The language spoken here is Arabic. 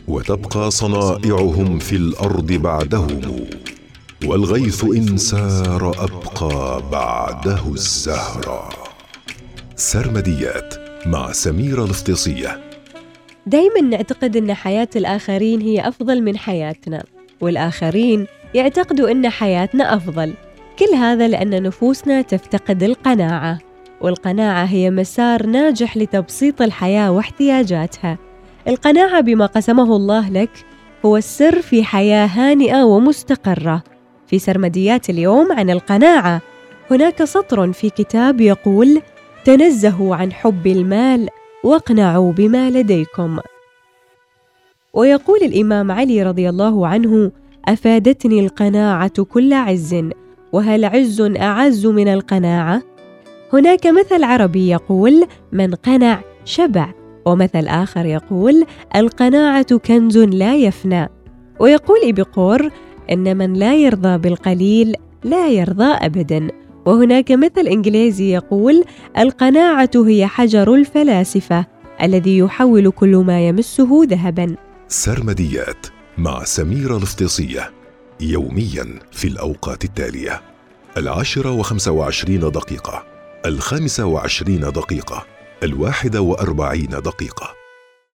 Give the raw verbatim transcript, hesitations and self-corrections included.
وتبقى صنائعهم في الأرض بعدهم، والغيث إن سار أبقى بعده الزهرة. سرمديات مع سميرة الافتصية. دايما نعتقد أن حياة الآخرين هي أفضل من حياتنا، والآخرين يعتقدوا أن حياتنا أفضل. كل هذا لأن نفوسنا تفتقد القناعة، والقناعة هي مسار ناجح لتبسيط الحياة واحتياجاتها. القناعة بما قسمه الله لك هو السر في حياة هانئة ومستقرة. في سرمديات اليوم عن القناعة هناك سطر في كتاب يقول: تنزهوا عن حب المال واقنعوا بما لديكم. ويقول الإمام علي رضي الله عنه: أفادتني القناعة كل عز، وهل عز أعز من القناعة؟ هناك مثل عربي يقول: من قنع شبع، ومثل آخر يقول: القناعة كنز لا يفنى. ويقول إبيقور: إن من لا يرضى بالقليل لا يرضى أبداً. وهناك مثل إنجليزي يقول: القناعة هي حجر الفلاسفة الذي يحول كل ما يمسه ذهباً. سرمديات مع سميرة الافتصية، يومياً في الأوقات التالية: العاشرة وخمسة وعشرين دقيقة، الخامسة وعشرين دقيقة، الواحدة وأربعين دقيقة.